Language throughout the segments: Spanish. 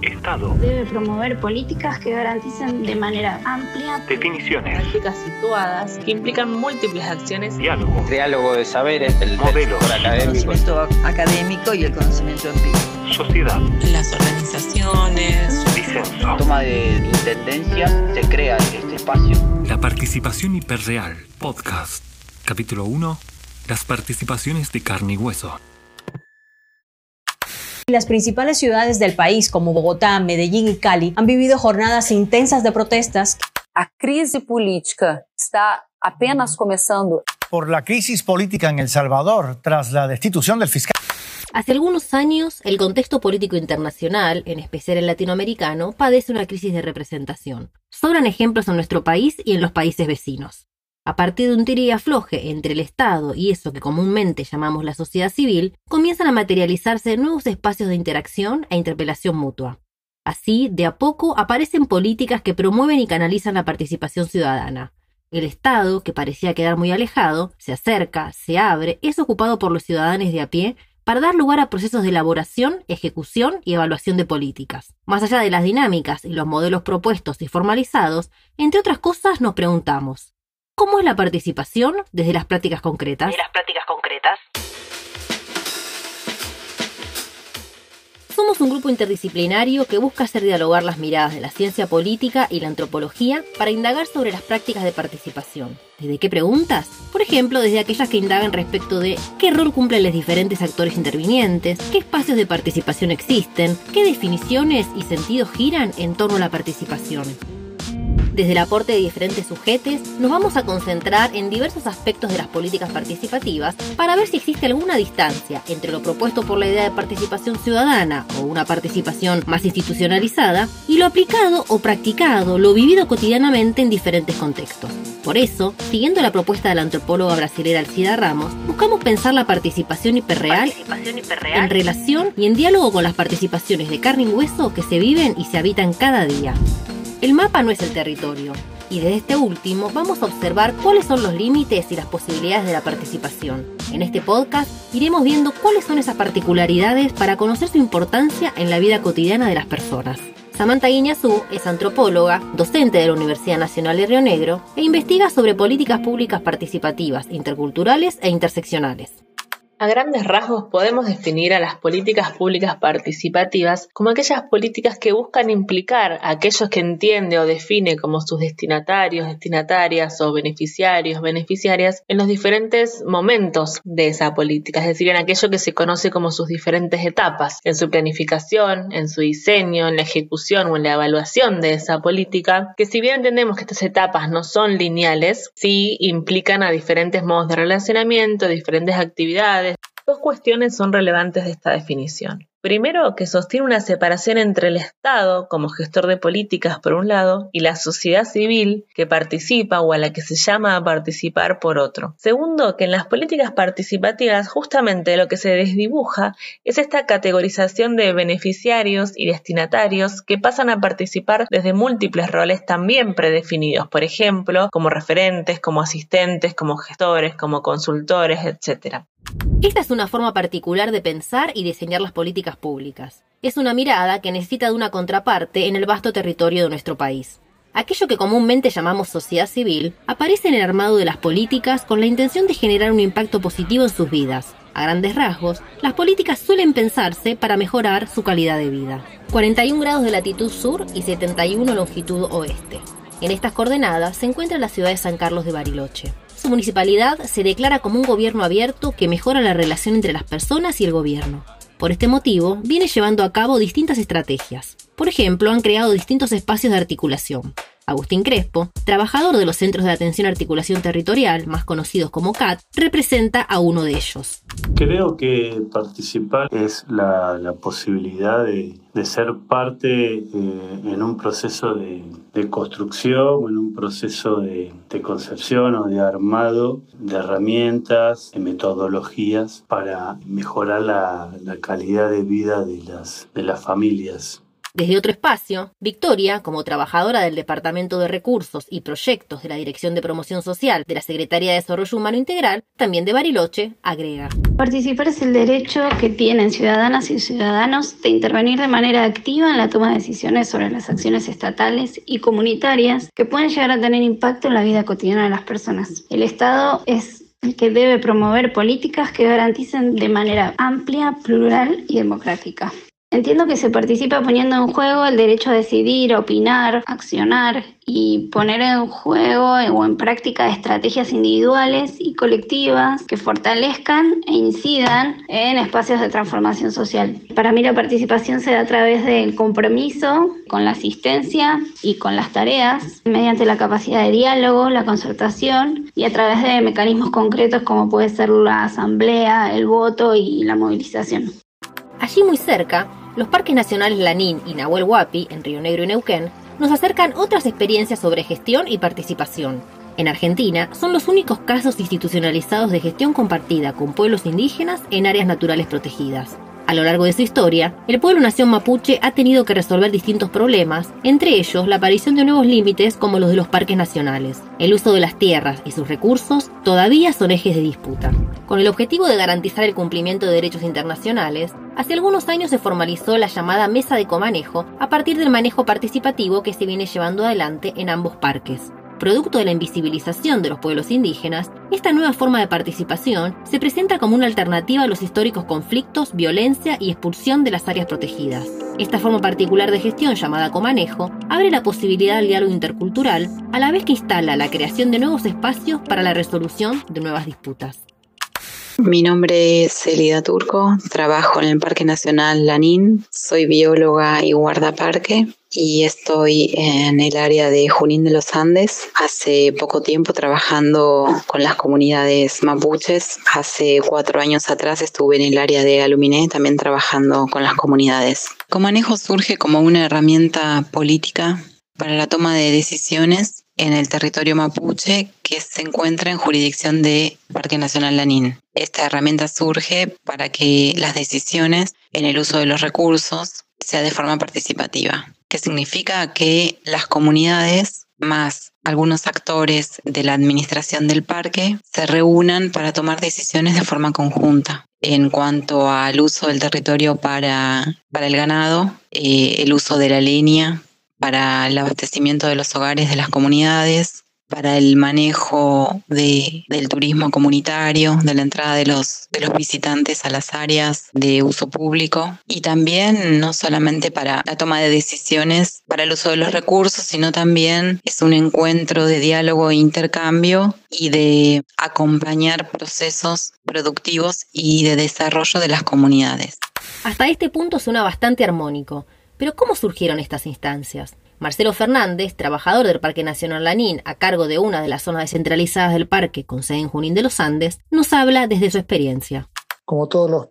Estado. Debe promover políticas que garanticen de manera amplia Definiciones. Prácticas situadas que implican múltiples acciones. Diálogo. Triálogo de saberes, el Modelo. sector académico. El conocimiento académico y el conocimiento empírico. Sociedad. Las organizaciones. Disenso. Toma de intendencia, se crea este espacio. La participación hiperreal, podcast. Capítulo 1. Las participaciones de carne y hueso. Las principales ciudades del país, como Bogotá, Medellín y Cali, han vivido jornadas intensas de protestas. A crise política está apenas comenzando. Por la crisis política en El Salvador, tras la destitución del fiscal. Hace algunos años, el contexto político internacional, en especial el latinoamericano, padece una crisis de representación. Sobran ejemplos en nuestro país y en los países vecinos. A partir de un tira y afloje entre el Estado y eso que comúnmente llamamos la sociedad civil, comienzan a materializarse nuevos espacios de interacción e interpelación mutua. Así, de a poco, aparecen políticas que promueven y canalizan la participación ciudadana. El Estado, que parecía quedar muy alejado, se acerca, se abre, es ocupado por los ciudadanos de a pie para dar lugar a procesos de elaboración, ejecución y evaluación de políticas. Más allá de las dinámicas y los modelos propuestos y formalizados, entre otras cosas nos preguntamos: ¿cómo es la participación desde las prácticas concretas? Somos un grupo interdisciplinario que busca hacer dialogar las miradas de la ciencia política y la antropología para indagar sobre las prácticas de participación. ¿Desde qué preguntas? Por ejemplo, desde aquellas que indagan respecto de qué rol cumplen los diferentes actores intervinientes, qué espacios de participación existen, qué definiciones y sentidos giran en torno a la participación. Desde el aporte de diferentes sujetos, nos vamos a concentrar en diversos aspectos de las políticas participativas para ver si existe alguna distancia entre lo propuesto por la idea de participación ciudadana o una participación más institucionalizada y lo aplicado o practicado, lo vivido cotidianamente en diferentes contextos. Por eso, siguiendo la propuesta de la antropóloga brasilera Alcida Ramos, buscamos pensar la participación hiperreal en relación y en diálogo con las participaciones de carne y hueso que se viven y se habitan cada día. El mapa no es el territorio, y desde este último vamos a observar cuáles son los límites y las posibilidades de la participación. En este podcast iremos viendo cuáles son esas particularidades para conocer su importancia en la vida cotidiana de las personas. Samantha Guiñazú es antropóloga, docente de la Universidad Nacional de Río Negro e investiga sobre políticas públicas participativas, interculturales e interseccionales. A grandes rasgos podemos definir a las políticas públicas participativas como aquellas políticas que buscan implicar a aquellos que entiende o define como sus destinatarios, destinatarias o beneficiarios, beneficiarias en los diferentes momentos de esa política, es decir, en aquello que se conoce como sus diferentes etapas, en su planificación, en su diseño, en la ejecución o en la evaluación de esa política, que si bien entendemos que estas etapas no son lineales, sí implican a diferentes modos de relacionamiento, diferentes actividades. Dos cuestiones son relevantes de esta definición. Primero, que sostiene una separación entre el Estado, como gestor de políticas por un lado, y la sociedad civil, que participa o a la que se llama a participar por otro. Segundo, que en las políticas participativas justamente lo que se desdibuja es esta categorización de beneficiarios y destinatarios que pasan a participar desde múltiples roles también predefinidos, por ejemplo, como referentes, como asistentes, como gestores, como consultores, etc. Esta es una forma particular de pensar y diseñar las políticas públicas. Es una mirada que necesita de una contraparte en el vasto territorio de nuestro país. Aquello que comúnmente llamamos sociedad civil aparece en el armado de las políticas con la intención de generar un impacto positivo en sus vidas. A grandes rasgos, las políticas suelen pensarse para mejorar su calidad de vida. 41 grados de latitud sur y 71 longitud oeste. En estas coordenadas se encuentra la ciudad de San Carlos de Bariloche. Su municipalidad se declara como un gobierno abierto que mejora la relación entre las personas y el gobierno. Por este motivo, viene llevando a cabo distintas estrategias. Por ejemplo, han creado distintos espacios de articulación. Agustín Crespo, trabajador de los Centros de Atención y Articulación Territorial, más conocidos como CAT, representa a uno de ellos. Creo que participar es la posibilidad de ser parte en un proceso de construcción, en un proceso de concepción o de armado de herramientas, de metodologías para mejorar la calidad de vida de las familias. Desde otro espacio, Victoria, como trabajadora del Departamento de Recursos y Proyectos de la Dirección de Promoción Social de la Secretaría de Desarrollo Humano Integral, también de Bariloche, agrega: Participar es el derecho que tienen ciudadanas y ciudadanos de intervenir de manera activa en la toma de decisiones sobre las acciones estatales y comunitarias que pueden llegar a tener impacto en la vida cotidiana de las personas. El Estado es el que debe promover políticas que garanticen de manera amplia, plural y democrática. Entiendo que se participa poniendo en juego el derecho a decidir, opinar, accionar y poner en juego o en práctica estrategias individuales y colectivas que fortalezcan e incidan en espacios de transformación social. Para mí la participación se da a través del compromiso con la asistencia y con las tareas, mediante la capacidad de diálogo, la concertación y a través de mecanismos concretos como puede ser la asamblea, el voto y la movilización. Allí muy cerca, los parques nacionales Lanín y Nahuel Huapi, en Río Negro y Neuquén, nos acercan otras experiencias sobre gestión y participación. En Argentina, son los únicos casos institucionalizados de gestión compartida con pueblos indígenas en áreas naturales protegidas. A lo largo de su historia, el pueblo-nación mapuche ha tenido que resolver distintos problemas, entre ellos la aparición de nuevos límites como los de los parques nacionales. El uso de las tierras y sus recursos todavía son ejes de disputa. Con el objetivo de garantizar el cumplimiento de derechos internacionales, hace algunos años se formalizó la llamada Mesa de Comanejo a partir del manejo participativo que se viene llevando adelante en ambos parques. Producto de la invisibilización de los pueblos indígenas, esta nueva forma de participación se presenta como una alternativa a los históricos conflictos, violencia y expulsión de las áreas protegidas. Esta forma particular de gestión, llamada comanejo, abre la posibilidad al diálogo intercultural, a la vez que instala la creación de nuevos espacios para la resolución de nuevas disputas. Mi nombre es Elida Turco, trabajo en el Parque Nacional Lanín, soy bióloga y guardaparque y estoy en el área de Junín de los Andes. Hace poco tiempo trabajando con las comunidades mapuches. Hace 4 años atrás estuve en el área de Aluminé, también trabajando con las comunidades. Comanejo surge como una herramienta política para la toma de decisiones en el territorio mapuche que se encuentra en jurisdicción de Parque Nacional Lanín. Esta herramienta surge para que las decisiones en el uso de los recursos sea de forma participativa, que significa que las comunidades más algunos actores de la administración del parque se reúnan para tomar decisiones de forma conjunta. En cuanto al uso del territorio para el ganado, el uso de la leña, para el abastecimiento de los hogares de las comunidades, para el manejo del turismo comunitario, de la entrada de los visitantes a las áreas de uso público y también no solamente para la toma de decisiones para el uso de los recursos, sino también es un encuentro de diálogo e intercambio y de acompañar procesos productivos y de desarrollo de las comunidades. Hasta este punto suena bastante armónico. Pero ¿cómo surgieron estas instancias? Marcelo Fernández, trabajador del Parque Nacional Lanín, a cargo de una de las zonas descentralizadas del parque, con sede en Junín de los Andes, nos habla desde su experiencia. Como todos los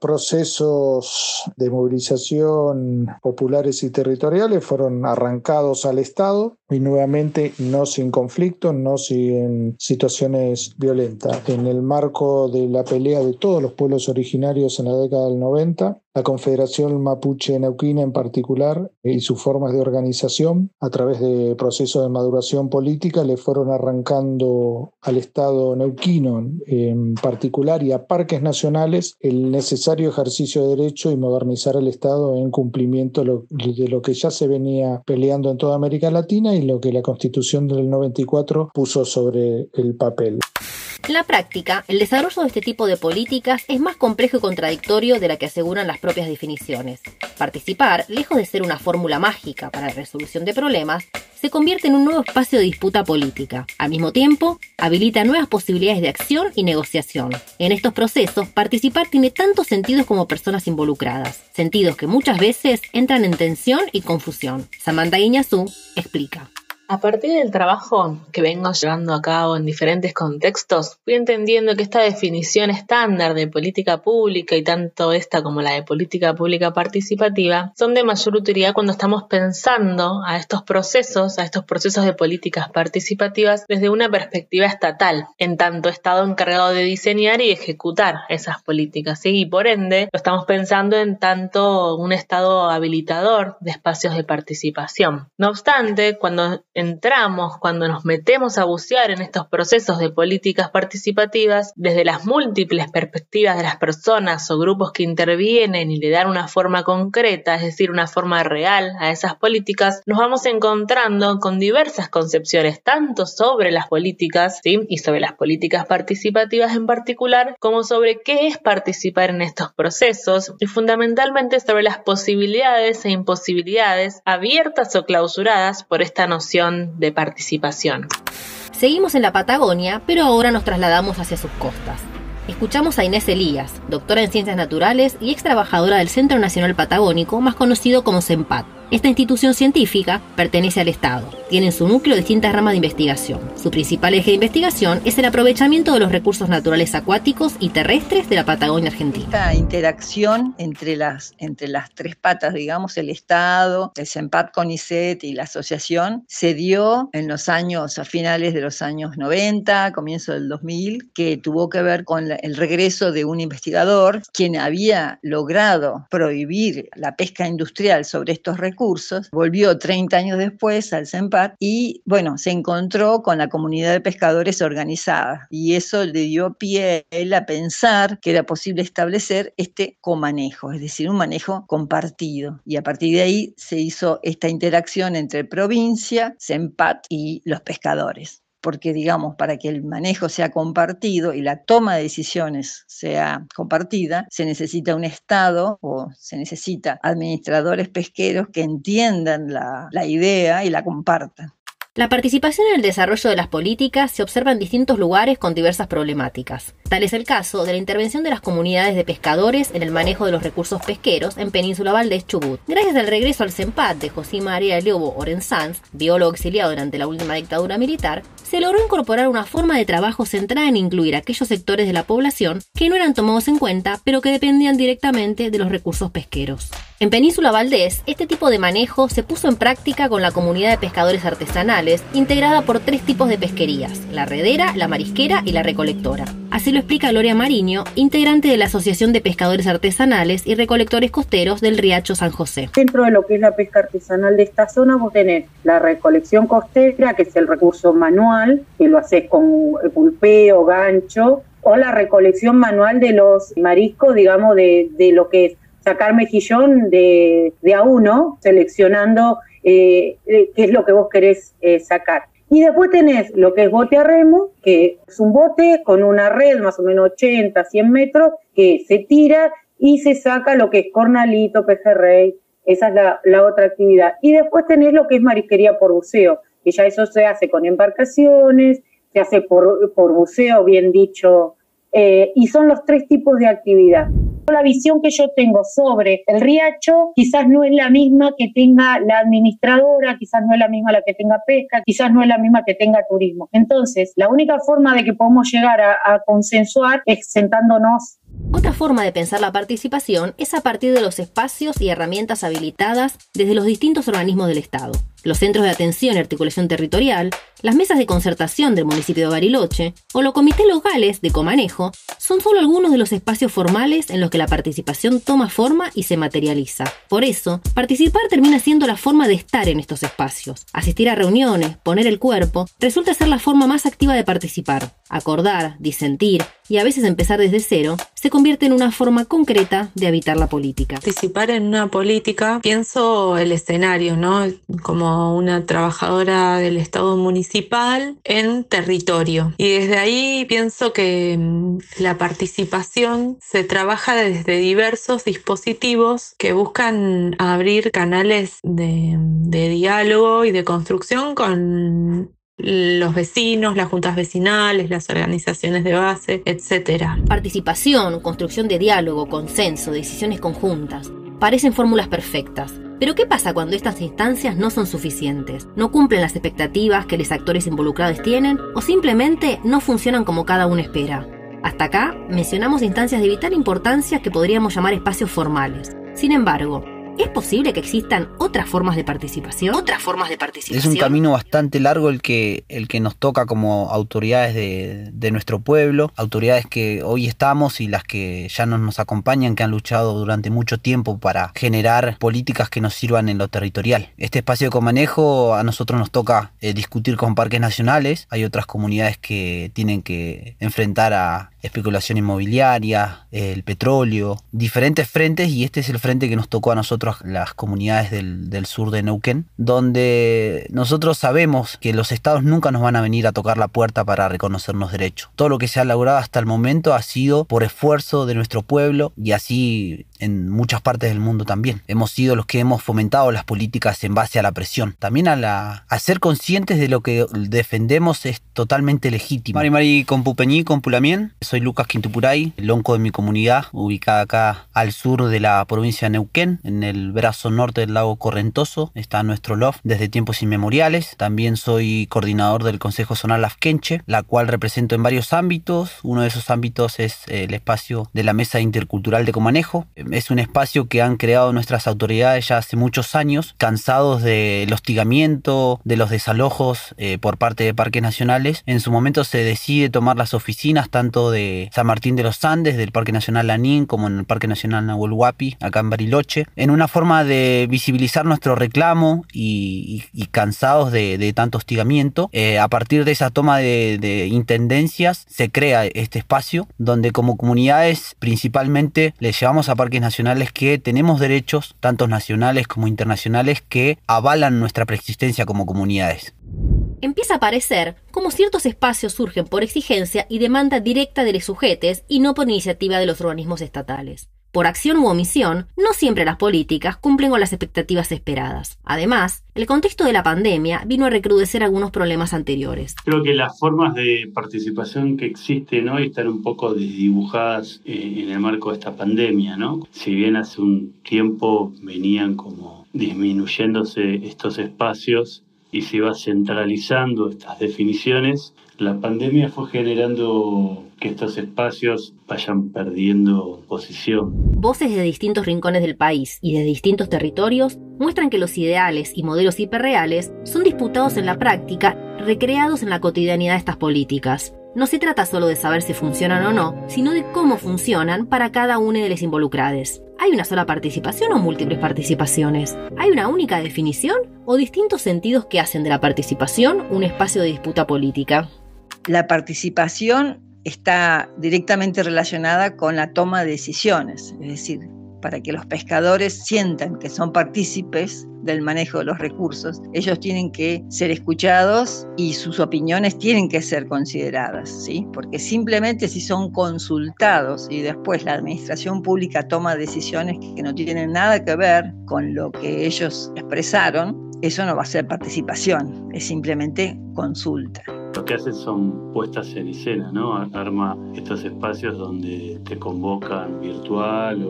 procesos de movilización populares y territoriales fueron arrancados al Estado y nuevamente no sin conflicto, no sin situaciones violentas. En el marco de la pelea de todos los pueblos originarios en la década del 90, la Confederación Mapuche Neuquina en particular y sus formas de organización a través de procesos de maduración política le fueron arrancando al Estado neuquino en particular y a parques nacionales el necesario ejercicio de derecho y modernizar el Estado en cumplimiento de lo que ya se venía peleando en toda América Latina y lo que la Constitución del 94 puso sobre el papel. En la práctica, el desarrollo de este tipo de políticas es más complejo y contradictorio de la que aseguran las propias definiciones. Participar, lejos de ser una fórmula mágica para la resolución de problemas, se convierte en un nuevo espacio de disputa política. Al mismo tiempo, habilita nuevas posibilidades de acción y negociación. En estos procesos, participar tiene tantos sentidos como personas involucradas, sentidos que muchas veces entran en tensión y confusión. Samantha Guiñazú explica. A partir del trabajo que vengo llevando a cabo en diferentes contextos, fui entendiendo que esta definición estándar de política pública y tanto esta como la de política pública participativa son de mayor utilidad cuando estamos pensando a estos procesos de políticas participativas desde una perspectiva estatal, en tanto Estado encargado de diseñar y ejecutar esas políticas, ¿sí? Y por ende lo estamos pensando en tanto un Estado habilitador de espacios de participación. No obstante, cuando nos metemos a bucear en estos procesos de políticas participativas, desde las múltiples perspectivas de las personas o grupos que intervienen y le dan una forma concreta, es decir, una forma real a esas políticas, nos vamos encontrando con diversas concepciones, tanto sobre las políticas, ¿sí? Y sobre las políticas participativas en particular, como sobre qué es participar en estos procesos y fundamentalmente sobre las posibilidades e imposibilidades abiertas o clausuradas por esta noción de participación. Seguimos en la Patagonia, pero ahora nos trasladamos hacia sus costas. Escuchamos a Inés Elías, doctora en Ciencias Naturales y ex trabajadora del Centro Nacional Patagónico, más conocido como CENPAT. Esta institución científica pertenece al Estado. Tiene en su núcleo distintas ramas de investigación. Su principal eje de investigación es el aprovechamiento de los recursos naturales acuáticos y terrestres de la Patagonia Argentina. Esta interacción entre las tres patas, digamos, el Estado, el CENPAT CONICET y la asociación, se dio en los años, a finales de los años 90, comienzo del 2000, que tuvo que ver con el regreso de un investigador quien había logrado prohibir la pesca industrial sobre estos recursos, volvió 30 años después al CENPAT y, bueno, se encontró con la comunidad de pescadores organizada y eso le dio pie a él a pensar que era posible establecer este comanejo, es decir, un manejo compartido. Y a partir de ahí se hizo esta interacción entre provincia, CENPAT y los pescadores. Porque, digamos, para que el manejo sea compartido y la toma de decisiones sea compartida, se necesita un Estado o se necesita administradores pesqueros que entiendan la idea y la compartan. La participación en el desarrollo de las políticas se observa en distintos lugares con diversas problemáticas. Tal es el caso de la intervención de las comunidades de pescadores en el manejo de los recursos pesqueros en Península Valdés, Chubut. Gracias al regreso al CENPAT de José María Lobo Orensanz, biólogo exiliado durante la última dictadura militar, se logró incorporar una forma de trabajo centrada en incluir aquellos sectores de la población que no eran tomados en cuenta, pero que dependían directamente de los recursos pesqueros. En Península Valdés, este tipo de manejo se puso en práctica con la comunidad de pescadores artesanales, integrada por 3 tipos de pesquerías: la redera, la marisquera y la recolectora. Así lo explica Gloria Mariño, integrante de la Asociación de Pescadores Artesanales y Recolectores Costeros del Riacho San José. Dentro de lo que es la pesca artesanal de esta zona, vos tenés la recolección costera, que es el recurso manual, que lo haces con pulpeo, gancho, o la recolección manual de los mariscos, digamos, de lo que es sacar mejillón de a uno, seleccionando qué es lo que vos querés sacar. Y después tenés lo que es bote a remo, que es un bote con una red más o menos 80, 100 metros, que se tira y se saca lo que es cornalito, pejerrey. Esa es la otra actividad. Y después tenés lo que es marisquería por buceo, que ya eso se hace con embarcaciones, se hace por buceo, bien dicho, y son los 3 tipos de actividad. La visión que yo tengo sobre el riacho quizás no es la misma que tenga la administradora, quizás no es la misma la que tenga pesca, quizás no es la misma que tenga turismo. Entonces, la única forma de que podemos llegar a consensuar es sentándonos. Otra forma de pensar la participación es a partir de los espacios y herramientas habilitadas desde los distintos organismos del Estado. Los centros de atención y articulación territorial, las mesas de concertación del municipio de Bariloche o los comités locales de comanejo son solo algunos de los espacios formales en los que la participación toma forma y se materializa. Por eso, participar termina siendo la forma de estar en estos espacios. Asistir a reuniones, poner el cuerpo, resulta ser la forma más activa de participar. Acordar, disentir y a veces empezar desde cero se convierte en una forma concreta de habitar la política. Participar en una política, pienso el escenario, ¿no? Como una trabajadora del Estado municipal en territorio. Y desde ahí pienso que la participación se trabaja desde diversos dispositivos que buscan abrir canales de diálogo y de construcción con los vecinos, las juntas vecinales, las organizaciones de base, etc. Participación, construcción de diálogo, consenso, decisiones conjuntas. parecen fórmulas perfectas. Pero ¿qué pasa cuando estas instancias no son suficientes? ¿No cumplen las expectativas que los actores involucrados tienen? ¿O simplemente no funcionan como cada uno espera? Hasta acá mencionamos instancias de vital importancia que podríamos llamar espacios formales. Sin embargo, ¿es posible que existan otras formas de participación? Es un camino bastante largo el que nos toca como autoridades de nuestro pueblo, autoridades que hoy estamos y las que ya no nos acompañan, que han luchado durante mucho tiempo para generar políticas que nos sirvan en lo territorial. Este espacio de comanejo a nosotros nos toca discutir con parques nacionales. Hay otras comunidades que tienen que enfrentar a especulación inmobiliaria, el petróleo, diferentes frentes, y este es el frente que nos tocó a nosotros, las comunidades del sur de Neuquén, donde nosotros sabemos que los estados nunca nos van a venir a tocar la puerta para reconocernos derechos. Todo lo que se ha logrado hasta el momento ha sido por esfuerzo de nuestro pueblo, y así en muchas partes del mundo también. Hemos sido los que hemos fomentado las políticas en base a la presión. También a ser conscientes de lo que defendemos es totalmente legítimo. Mari Compupeñí, Compulamien. Soy Lucas Quintupuray, el onco de mi comunidad, ubicada acá al sur de la provincia de Neuquén, en el brazo norte del lago Correntoso. Está nuestro LOF desde tiempos inmemoriales. También soy coordinador del Consejo Zonal Lafkenche, la cual represento en varios ámbitos. Uno de esos ámbitos es el espacio de la Mesa Intercultural de Comanejo. Es un espacio que han creado nuestras autoridades ya hace muchos años, cansados del hostigamiento, de los desalojos por parte de parques nacionales. En su momento se decide tomar las oficinas tanto de San Martín de los Andes, del Parque Nacional Lanín, como en el Parque Nacional Nahuel Huapi, acá en Bariloche, en una forma de visibilizar nuestro reclamo y cansados de tanto hostigamiento. A partir de esa toma de intendencias se crea este espacio donde como comunidades principalmente le llevamos a parques nacionales que tenemos derechos, tanto nacionales como internacionales, que avalan nuestra preexistencia como comunidades. Empieza a parecer como ciertos espacios surgen por exigencia y demanda directa de los sujetos y no por iniciativa de los organismos estatales. Por acción u omisión, no siempre las políticas cumplen con las expectativas esperadas. Además, el contexto de la pandemia vino a recrudecer algunos problemas anteriores. Creo que las formas de participación que existen hoy están un poco desdibujadas en el marco de esta pandemia, ¿no? Si bien hace un tiempo venían como disminuyéndose estos espacios y se iba centralizando estas definiciones, la pandemia fue generando que estos espacios vayan perdiendo posición. Voces de distintos rincones del país y de distintos territorios muestran que los ideales y modelos hiperreales son disputados en la práctica, recreados en la cotidianidad de estas políticas. No se trata solo de saber si funcionan o no, sino de cómo funcionan para cada uno de los involucrados. ¿Hay una sola participación o múltiples participaciones? ¿Hay una única definición o distintos sentidos que hacen de la participación un espacio de disputa política? La participación está directamente relacionada con la toma de decisiones, es decir, para que los pescadores sientan que son partícipes del manejo de los recursos, ellos tienen que ser escuchados y sus opiniones tienen que ser consideradas, ¿sí? Porque simplemente si son consultados y después la administración pública toma decisiones que no tienen nada que ver con lo que ellos expresaron, eso no va a ser participación, es simplemente consulta. Lo que hacen son puestas en escena, ¿no? Arma estos espacios donde te convocan virtual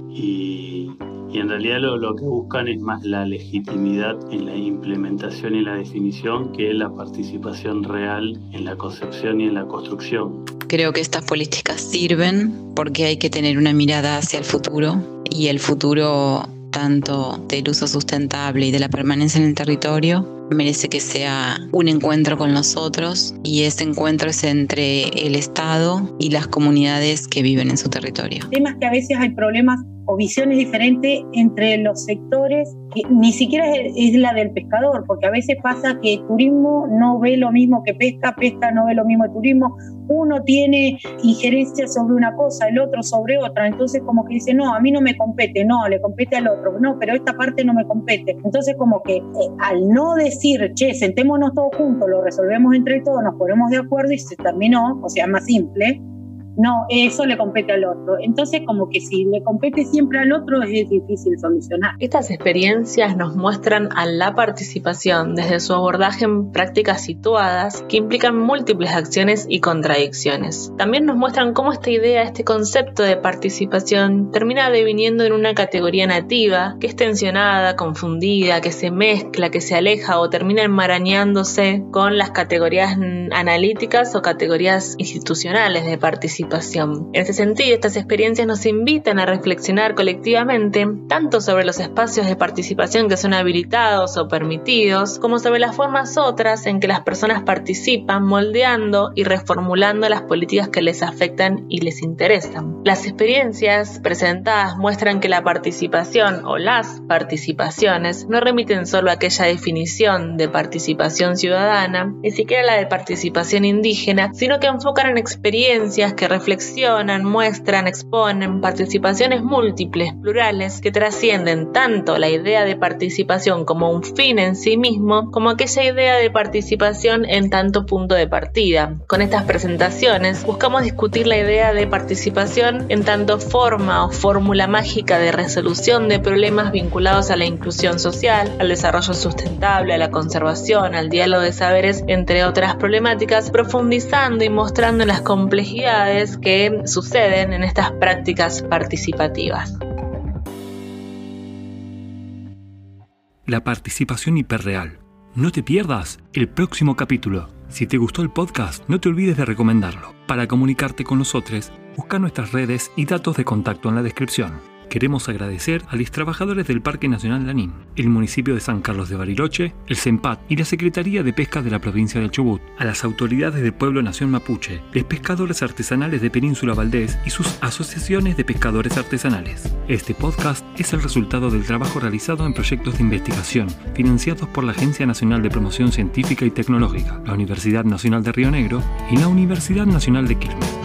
y en realidad lo que buscan es más la legitimidad en la implementación y la definición que la participación real en la concepción y en la construcción. Creo que estas políticas sirven porque hay que tener una mirada hacia el futuro, y el futuro tanto del uso sustentable y de la permanencia en el territorio merece que sea un encuentro con los otros, y ese encuentro es entre el Estado y las comunidades que viven en su territorio. El tema es que a veces hay problemas o visiones diferentes entre los sectores, que ni siquiera es la del pescador, porque a veces pasa que turismo no ve lo mismo que pesca no ve lo mismo que turismo, uno tiene injerencia sobre una cosa, el otro sobre otra, entonces como que dice, no, a mí no me compete, no, le compete al otro, no, pero esta parte no me compete. Entonces como que al no decir, che, sentémonos todos juntos, lo resolvemos entre todos, nos ponemos de acuerdo y se terminó, o sea, más simple, no, eso le compete al otro. Entonces, como que si le compete siempre al otro es difícil solucionar. Estas experiencias nos muestran a la participación desde su abordaje en prácticas situadas que implican múltiples acciones y contradicciones. También nos muestran cómo esta idea, este concepto de participación termina deviniendo en una categoría nativa que es tensionada, confundida, que se mezcla, que se aleja o termina enmarañándose con las categorías analíticas o categorías institucionales de participación. En este sentido, estas experiencias nos invitan a reflexionar colectivamente tanto sobre los espacios de participación que son habilitados o permitidos, como sobre las formas otras en que las personas participan, moldeando y reformulando las políticas que les afectan y les interesan. Las experiencias presentadas muestran que la participación o las participaciones no remiten solo a aquella definición de participación ciudadana, ni siquiera la de participación indígena, sino que enfocan en experiencias que reflexionan, muestran, exponen participaciones múltiples, plurales, que trascienden tanto la idea de participación como un fin en sí mismo, como aquella idea de participación en tanto punto de partida. Con estas presentaciones buscamos discutir la idea de participación en tanto forma o fórmula mágica de resolución de problemas vinculados a la inclusión social, al desarrollo sustentable, a la conservación, al diálogo de saberes, entre otras problemáticas, profundizando y mostrando las complejidades que suceden en estas prácticas participativas. La participación hiperreal. No te pierdas el próximo capítulo. Si te gustó el podcast, no te olvides de recomendarlo. Para comunicarte con nosotros, busca nuestras redes y datos de contacto en la descripción. Queremos agradecer a los trabajadores del Parque Nacional Lanín, el municipio de San Carlos de Bariloche, el CENPAT y la Secretaría de Pesca de la provincia del Chubut, a las autoridades del pueblo Nación Mapuche, los pescadores artesanales de Península Valdés y sus asociaciones de pescadores artesanales. Este podcast es el resultado del trabajo realizado en proyectos de investigación financiados por la Agencia Nacional de Promoción Científica y Tecnológica, la Universidad Nacional de Río Negro y la Universidad Nacional de Quilmes.